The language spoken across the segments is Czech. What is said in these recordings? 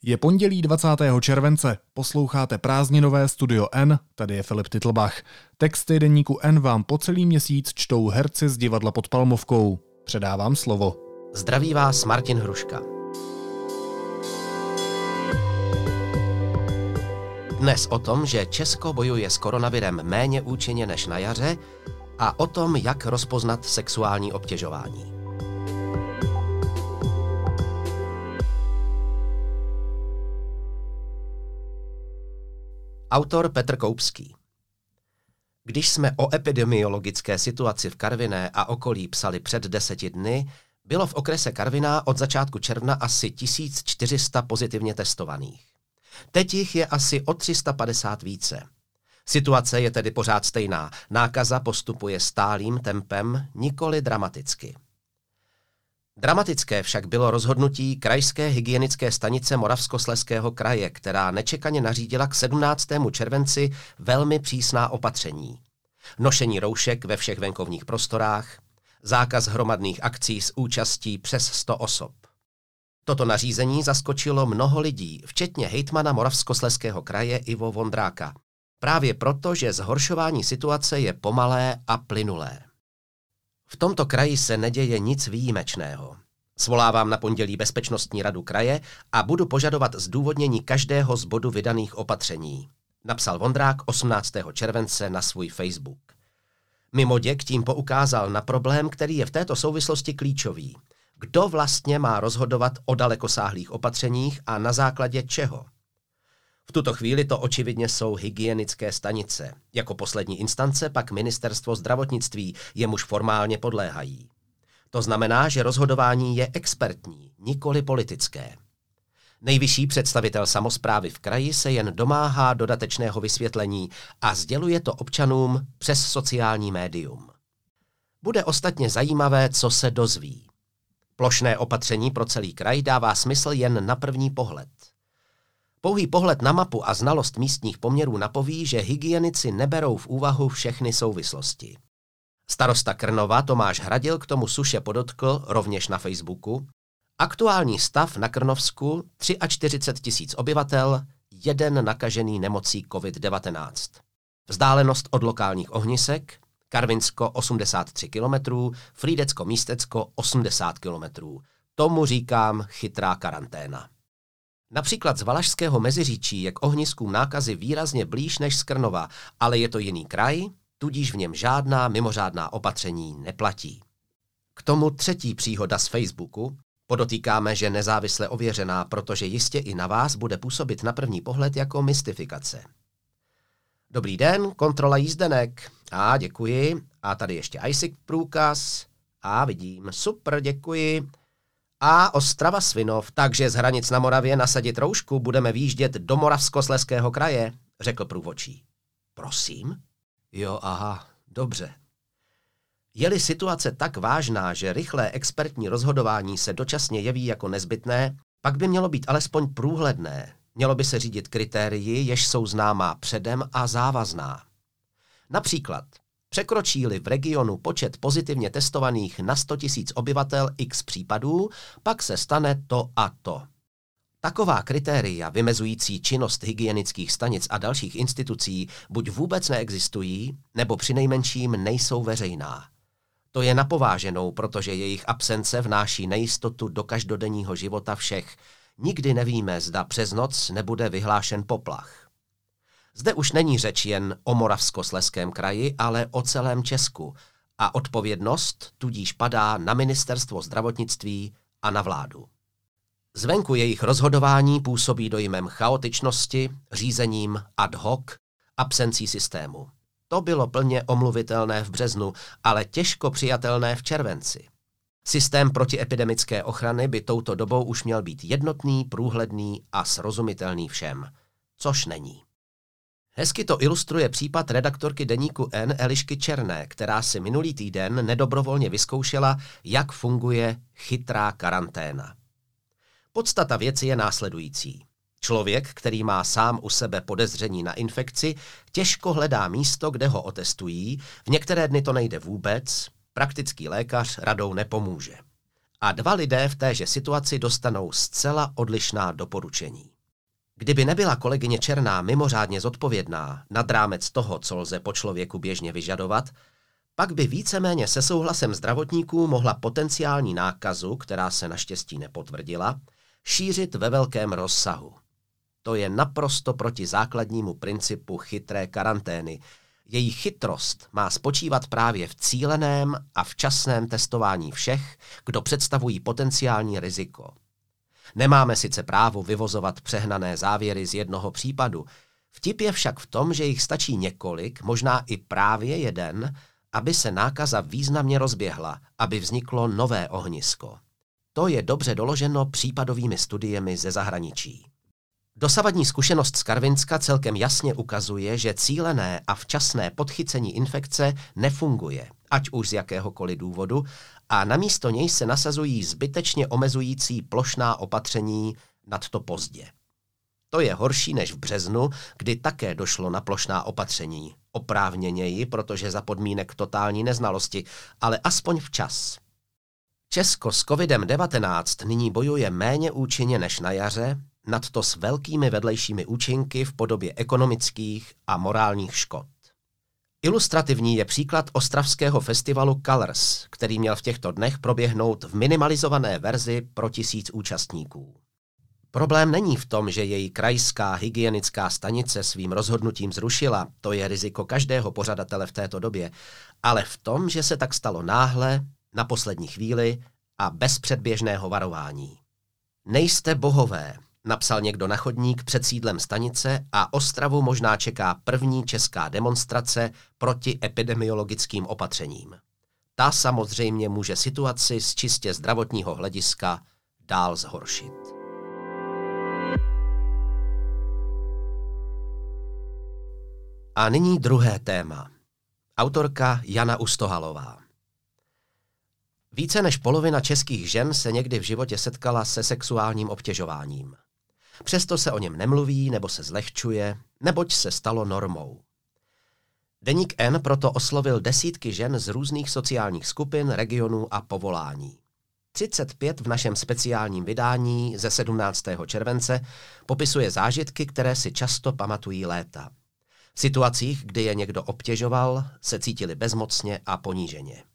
Je pondělí 20. července, posloucháte prázdninové Studio N, tady je Filip Titlbach. Texty deníku N vám po celý měsíc čtou herci z divadla Pod Palmovkou. Předávám slovo. Zdraví vás Martin Hruška. Dnes o tom, že Česko bojuje s koronavirem méně účinně než na jaře a o tom, jak rozpoznat sexuální obtěžování. Autor Petr Koupský. Když jsme o epidemiologické situaci v Karviné a okolí psali před 10 dny, bylo v okrese Karviná od začátku června asi 1400 pozitivně testovaných. Teď jich je asi o 350 více. Situace je tedy pořád stejná. Nákaza postupuje stálým tempem, nikoli dramaticky. Dramatické však bylo rozhodnutí Krajské hygienické stanice Moravskoslezského kraje, která nečekaně nařídila k 17. červenci velmi přísná opatření. Nošení roušek ve všech venkovních prostorách, zákaz hromadných akcí s účastí přes 100 osob. Toto nařízení zaskočilo mnoho lidí, včetně hejtmana Moravskoslezského kraje Ivo Vondráka. Právě proto, že zhoršování situace je pomalé a plynulé. V tomto kraji se neděje nic výjimečného. Svolávám na pondělí bezpečnostní radu kraje a budu požadovat zdůvodnění každého z bodu vydaných opatření, napsal Vondrák 18. července na svůj Facebook. Mimo děk tím poukázal na problém, který je v této souvislosti klíčový. Kdo vlastně má rozhodovat o dalekosáhlých opatřeních a na základě čeho? V tuto chvíli to očividně jsou hygienické stanice. Jako poslední instance pak ministerstvo zdravotnictví, jemuž formálně podléhají. To znamená, že rozhodování je expertní, nikoli politické. Nejvyšší představitel samosprávy v kraji se jen domáhá dodatečného vysvětlení a sděluje to občanům přes sociální médium. Bude ostatně zajímavé, co se dozví. Plošné opatření pro celý kraj dává smysl jen na první pohled. Pouhý pohled na mapu a znalost místních poměrů napoví, že hygienici neberou v úvahu všechny souvislosti. Starosta Krnova Tomáš Hradil k tomu suše podotkl rovněž na Facebooku: aktuální stav na Krnovsku 43 000 obyvatel, 1 nakažený nemocí COVID-19. Vzdálenost od lokálních ohnisek: Karvinsko 83 km, Frýdecko-Místecko 80 km. Tomu říkám chytrá karanténa. Například z Valašského Meziříčí je k ohniskům nákazy výrazně blíž než z Krnova, ale je to jiný kraj, tudíž v něm žádná mimořádná opatření neplatí. K tomu třetí příhoda z Facebooku. Podotýkáme, že nezávisle ověřená, protože jistě i na vás bude působit na první pohled jako mystifikace. Dobrý den, kontrola jízdenek. Děkuji. A tady ještě ISIC průkaz. Vidím. Super, děkuji. Ostrava Svinov, takže z hranic na Moravě nasadit roušku budeme výjíždět do Moravskoslezského kraje, řekl průvodčí. Prosím? Jo, dobře. Je-li situace tak vážná, že rychlé expertní rozhodování se dočasně jeví jako nezbytné, pak by mělo být alespoň průhledné. Mělo by se řídit kritérii, jež jsou známá předem a závazná. Například, překročí-li v regionu počet pozitivně testovaných na 100 000 obyvatel x případů, pak se stane to a to. Taková kritéria vymezující činnost hygienických stanic a dalších institucí buď vůbec neexistují, nebo přinejmenším nejsou veřejná. To je napováženou, protože jejich absence vnáší nejistotu do každodenního života všech. Nikdy nevíme, zda přes noc nebude vyhlášen poplach. Zde už není řeč jen o Moravskoslezském kraji, ale o celém Česku a odpovědnost tudíž padá na ministerstvo zdravotnictví a na vládu. Zvenku jejich rozhodování působí dojmem chaotičnosti, řízením ad hoc, absencí systému. To bylo plně omluvitelné v březnu, ale těžko přijatelné v červenci. Systém protiepidemické ochrany by touto dobou už měl být jednotný, průhledný a srozumitelný všem, což není. Hezky to ilustruje případ redaktorky deníku N Elišky Černé, která si minulý týden nedobrovolně vyzkoušela, jak funguje chytrá karanténa. Podstata věci je následující. Člověk, který má sám u sebe podezření na infekci, těžko hledá místo, kde ho otestují, v některé dny to nejde vůbec, praktický lékař radou nepomůže. a 2 lidé v téže situaci dostanou zcela odlišná doporučení. Kdyby nebyla kolegyně Černá mimořádně zodpovědná nad rámec toho, co lze po člověku běžně vyžadovat, pak by víceméně se souhlasem zdravotníků mohla potenciální nákazu, která se naštěstí nepotvrdila, šířit ve velkém rozsahu. To je naprosto proti základnímu principu chytré karantény. Její chytrost má spočívat právě v cíleném a včasném testování všech, kdo představují potenciální riziko. Nemáme sice právo vyvozovat přehnané závěry z jednoho případu. Vtip je však v tom, že jich stačí několik, možná i právě jeden, aby se nákaza významně rozběhla, aby vzniklo nové ohnisko. To je dobře doloženo případovými studiemi ze zahraničí. Dosavadní zkušenost z Karvinska celkem jasně ukazuje, že cílené a včasné podchycení infekce nefunguje, ať už z jakéhokoliv důvodu, a namísto něj se nasazují zbytečně omezující plošná opatření nadto pozdě. To je horší než v březnu, kdy také došlo na plošná opatření. Oprávněněji, protože za podmínek totální neznalosti, ale aspoň včas. Česko s COVID-19 nyní bojuje méně účinně než na jaře, nadto s velkými vedlejšími účinky v podobě ekonomických a morálních škod. Ilustrativní je příklad ostravského festivalu Colors, který měl v těchto dnech proběhnout v minimalizované verzi pro 1000 účastníků. Problém není v tom, že její krajská hygienická stanice svým rozhodnutím zrušila, to je riziko každého pořadatele v této době, ale v tom, že se tak stalo náhle, na poslední chvíli a bez předběžného varování. Nejste bohové, napsal někdo na chodník před sídlem stanice a Ostravu možná čeká první česká demonstrace proti epidemiologickým opatřením. Ta samozřejmě může situaci z čistě zdravotního hlediska dál zhoršit. A nyní druhé téma. Autorka Jana Ustohalová. Více než polovina českých žen se někdy v životě setkala se sexuálním obtěžováním. Přesto se o něm nemluví nebo se zlehčuje, neboť se stalo normou. Deník N proto oslovil desítky žen z různých sociálních skupin, regionů a povolání. 35 v našem speciálním vydání ze 17. července popisuje zážitky, které si často pamatují léta. V situacích, kdy je někdo obtěžoval, se cítili bezmocně a poníženě.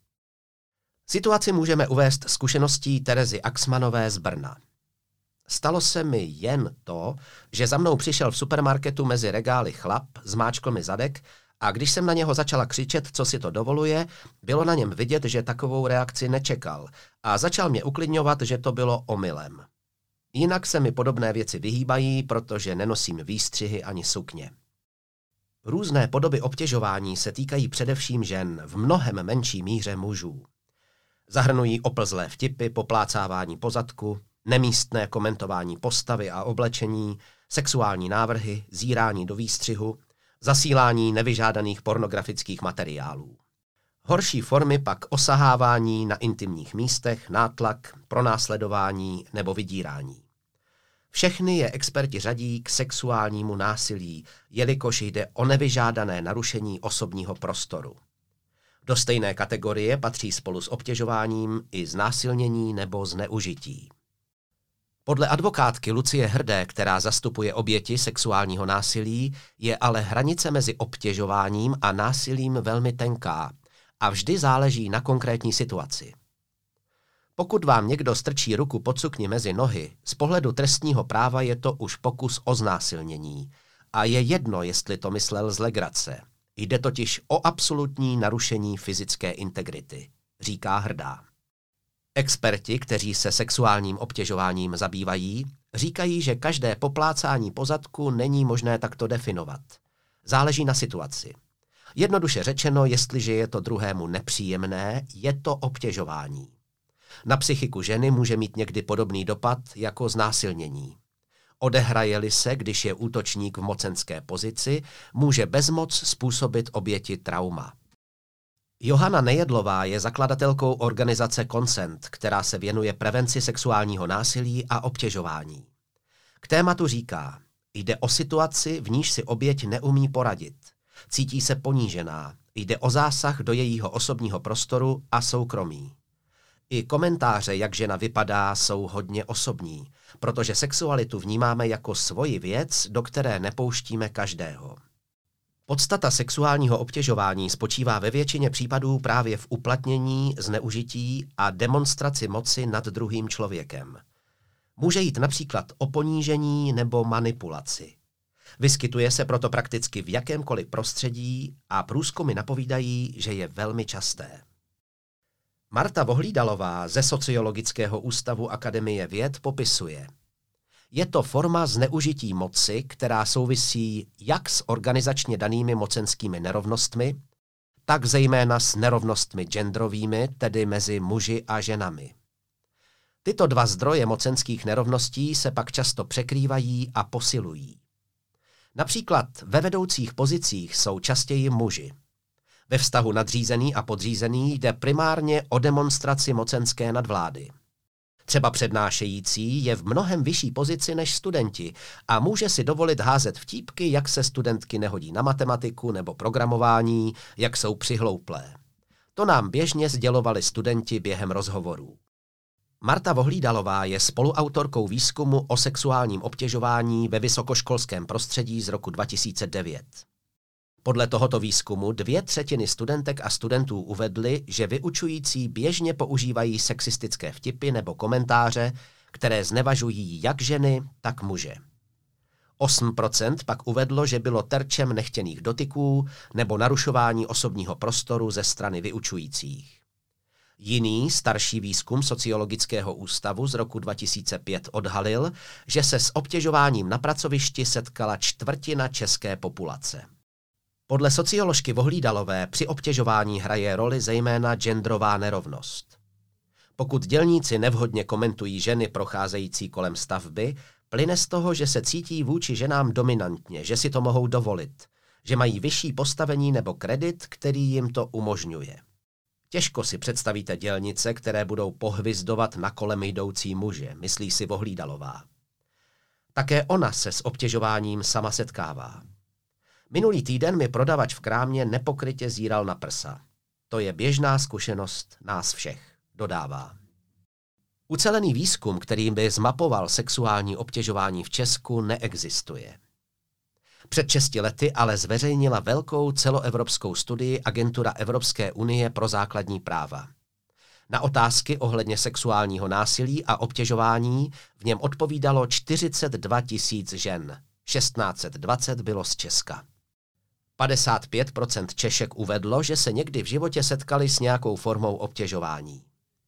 Situaci můžeme uvést zkušeností Terezy Axmanové z Brna. Stalo se mi jen to, že za mnou přišel v supermarketu mezi regály chlap, zmáčkl mi zadek a když jsem na něho začala křičet, co si to dovoluje, bylo na něm vidět, že takovou reakci nečekal a začal mě uklidňovat, že to bylo omylem. Jinak se mi podobné věci vyhýbají, protože nenosím výstřihy ani sukně. Různé podoby obtěžování se týkají především žen, v mnohem menší míře mužů. Zahrnují oplzlé vtipy, poplácávání po zadku, nemístné komentování postavy a oblečení, sexuální návrhy, zírání do výstřihu, zasílání nevyžádaných pornografických materiálů. Horší formy pak osahávání na intimních místech, nátlak, pronásledování nebo vydírání. Všechny je experti řadí k sexuálnímu násilí, jelikož jde o nevyžádané narušení osobního prostoru. Do stejné kategorie patří spolu s obtěžováním i znásilnění nebo zneužití. Podle advokátky Lucie Hrdé, která zastupuje oběti sexuálního násilí, je ale hranice mezi obtěžováním a násilím velmi tenká a vždy záleží na konkrétní situaci. Pokud vám někdo strčí ruku pod sukni mezi nohy, z pohledu trestního práva je to už pokus o znásilnění. A je jedno, jestli to myslel z legrace. Jde totiž o absolutní narušení fyzické integrity, říká Hrdá. Experti, kteří se sexuálním obtěžováním zabývají, říkají, že každé poplácání po zadku není možné takto definovat. Záleží na situaci. Jednoduše řečeno, jestliže je to druhému nepříjemné, je to obtěžování. Na psychiku ženy může mít někdy podobný dopad jako znásilnění. Odehraje-li se, když je útočník v mocenské pozici, může bezmoc způsobit oběti trauma. Johana Nejedlová je zakladatelkou organizace Consent, která se věnuje prevenci sexuálního násilí a obtěžování. K tématu říká, jde o situaci, v níž si oběť neumí poradit. Cítí se ponížená, jde o zásah do jejího osobního prostoru a soukromí. I komentáře, jak žena vypadá, jsou hodně osobní, protože sexualitu vnímáme jako svoji věc, do které nepouštíme každého. Podstata sexuálního obtěžování spočívá ve většině případů právě v uplatnění, zneužití a demonstraci moci nad druhým člověkem. Může jít například o ponížení nebo manipulaci. Vyskytuje se proto prakticky v jakémkoliv prostředí a průzkumy napovídají, že je velmi časté. Marta Vohlídalová ze Sociologického ústavu Akademie věd popisuje: je to forma zneužití moci, která souvisí jak s organizačně danými mocenskými nerovnostmi, tak zejména s nerovnostmi genderovými, tedy mezi muži a ženami. Tyto dva zdroje mocenských nerovností se pak často překrývají a posilují. Například ve vedoucích pozicích jsou častěji muži. Ve vztahu nadřízený a podřízený jde primárně o demonstraci mocenské nadvlády. Třeba přednášející je v mnohem vyšší pozici než studenti a může si dovolit házet vtípky, jak se studentky nehodí na matematiku nebo programování, jak jsou přihlouplé. To nám běžně sdělovali studenti během rozhovorů. Marta Vohlídalová je spoluautorkou výzkumu o sexuálním obtěžování ve vysokoškolském prostředí z roku 2009. Podle tohoto výzkumu 2/3 studentek a studentů uvedly, že vyučující běžně používají sexistické vtipy nebo komentáře, které znevažují jak ženy, tak muže. 8% pak uvedlo, že bylo terčem nechtěných dotyků nebo narušování osobního prostoru ze strany vyučujících. Jiný, starší výzkum Sociologického ústavu z roku 2005 odhalil, že se s obtěžováním na pracovišti setkala 1/4 české populace. Podle socioložky Vohlídalové při obtěžování hraje roli zejména genderová nerovnost. Pokud dělníci nevhodně komentují ženy procházející kolem stavby, plyne z toho, že se cítí vůči ženám dominantně, že si to mohou dovolit, že mají vyšší postavení nebo kredit, který jim to umožňuje. Těžko si představíte dělnice, které budou pohvizdovat na kolem jdoucí muže, myslí si Vohlídalová. Také ona se s obtěžováním sama setkává. Minulý týden mi prodavač v krámě nepokrytě zíral na prsa. To je běžná zkušenost nás všech, dodává. Ucelený výzkum, kterým by zmapoval sexuální obtěžování v Česku, neexistuje. Před 6 lety ale zveřejnila velkou celoevropskou studii Agentura Evropské unie pro základní práva. Na otázky ohledně sexuálního násilí a obtěžování v něm odpovídalo 42 000 žen, 1620 bylo z Česka. 55% Češek uvedlo, že se někdy v životě setkali s nějakou formou obtěžování.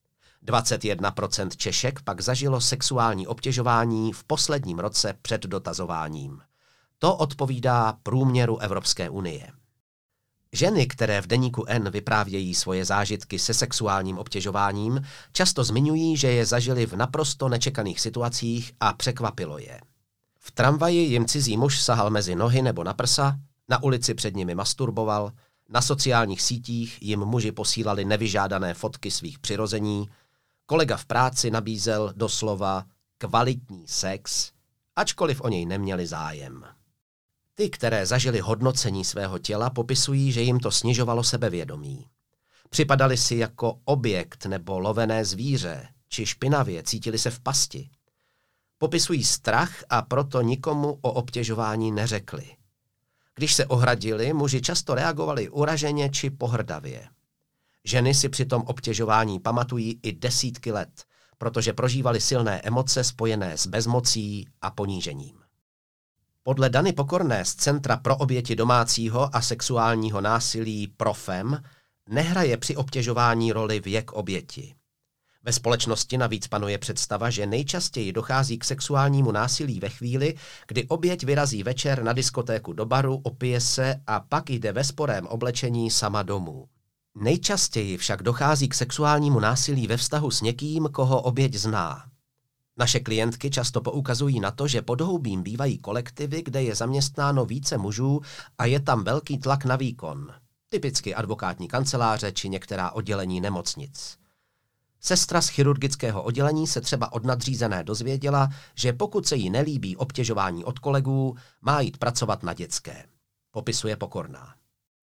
21% Češek pak zažilo sexuální obtěžování v posledním roce před dotazováním. To odpovídá průměru Evropské unie. Ženy, které v deníku N vyprávějí svoje zážitky se sexuálním obtěžováním, často zmiňují, že je zažili v naprosto nečekaných situacích a překvapilo je. V tramvaji jim cizí muž sahal mezi nohy nebo na prsa, na ulici před nimi masturboval, na sociálních sítích jim muži posílali nevyžádané fotky svých přirození, kolega v práci nabízel doslova kvalitní sex, ačkoliv o něj neměli zájem. Ty, které zažili hodnocení svého těla, popisují, že jim to snižovalo sebevědomí. Připadali si jako objekt nebo lovené zvíře, či špinavě, cítili se v pasti. Popisují strach a proto nikomu o obtěžování neřekli. Když se ohradili, muži často reagovali uraženě či pohrdavě. Ženy si při tom obtěžování pamatují i desítky let, protože prožívali silné emoce spojené s bezmocí a ponížením. Podle Dany Pokorné z Centra pro oběti domácího a sexuálního násilí ProFem nehraje při obtěžování roli věk oběti. Ve společnosti navíc panuje představa, že nejčastěji dochází k sexuálnímu násilí ve chvíli, kdy oběť vyrazí večer na diskotéku do baru, opije se a pak jde ve sporém oblečení sama domů. Nejčastěji však dochází k sexuálnímu násilí ve vztahu s někým, koho oběť zná. Naše klientky často poukazují na to, že podhoubím bývají kolektivy, kde je zaměstnáno více mužů a je tam velký tlak na výkon. Typicky advokátní kanceláře či některá oddělení nemocnic. Sestra z chirurgického oddělení se třeba od nadřízené dozvěděla, že pokud se jí nelíbí obtěžování od kolegů, má jít pracovat na dětské. Popisuje Pokorná.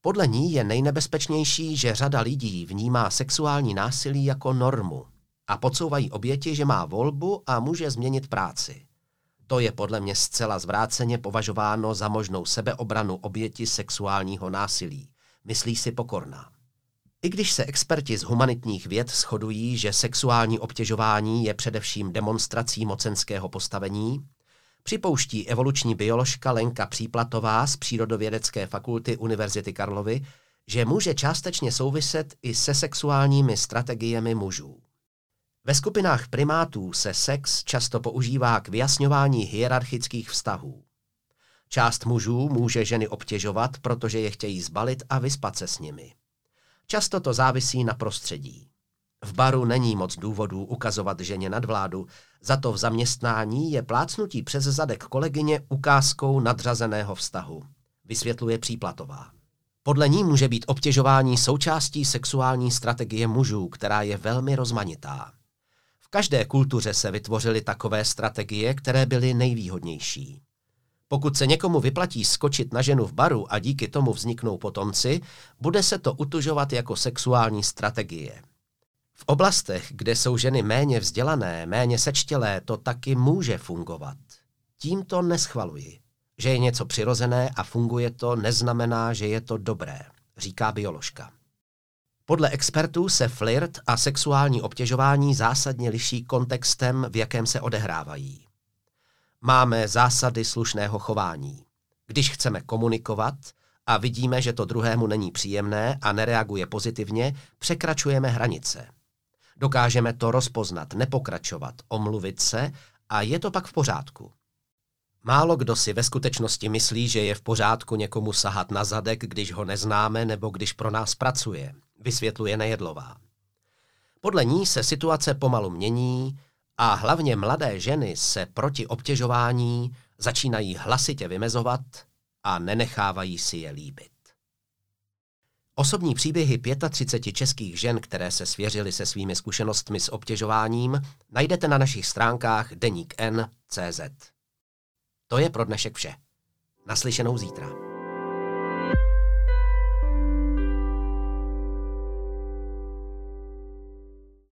Podle ní je nejnebezpečnější, že řada lidí vnímá sexuální násilí jako normu a podsouvají oběti, že má volbu a může změnit práci. To je podle mě zcela zvráceně považováno za možnou sebeobranu oběti sexuálního násilí, myslí si Pokorná. I když se experti z humanitních věd shodují, že sexuální obtěžování je především demonstrací mocenského postavení, připouští evoluční bioložka Lenka Příplatová z Přírodovědecké fakulty Univerzity Karlovy, že může částečně souviset i se sexuálními strategiemi mužů. Ve skupinách primátů se sex často používá k vyjasňování hierarchických vztahů. Část mužů může ženy obtěžovat, protože je chtějí zbalit a vyspat se s nimi. Často to závisí na prostředí. V baru není moc důvodů ukazovat ženě nadvládu, za to v zaměstnání je plácnutí přes zadek kolegyně ukázkou nadřazeného vztahu, vysvětluje Příplatová. Podle ní může být obtěžování součástí sexuální strategie mužů, která je velmi rozmanitá. V každé kultuře se vytvořily takové strategie, které byly nejvýhodnější. Pokud se někomu vyplatí skočit na ženu v baru a díky tomu vzniknou potomci, bude se to utužovat jako sexuální strategie. V oblastech, kde jsou ženy méně vzdělané, méně sečtělé, to taky může fungovat. Tím to neschvaluji. Že je něco přirozené a funguje to, neznamená, že je to dobré, říká bioložka. Podle expertů se flirt a sexuální obtěžování zásadně liší kontextem, v jakém se odehrávají. Máme zásady slušného chování. Když chceme komunikovat a vidíme, že to druhému není příjemné a nereaguje pozitivně, překračujeme hranice. Dokážeme to rozpoznat, nepokračovat, omluvit se a je to pak v pořádku. Málo kdo si ve skutečnosti myslí, že je v pořádku někomu sahat na zadek, když ho neznáme nebo když pro nás pracuje, vysvětluje Nejedlová. Podle ní se situace pomalu mění a hlavně mladé ženy se proti obtěžování začínají hlasitě vymezovat a nenechávají si je líbit. Osobní příběhy 35 českých žen, které se svěřily se svými zkušenostmi s obtěžováním, najdete na našich stránkách deník.n.cz. To je pro dnešek vše. Naslyšenou zítra.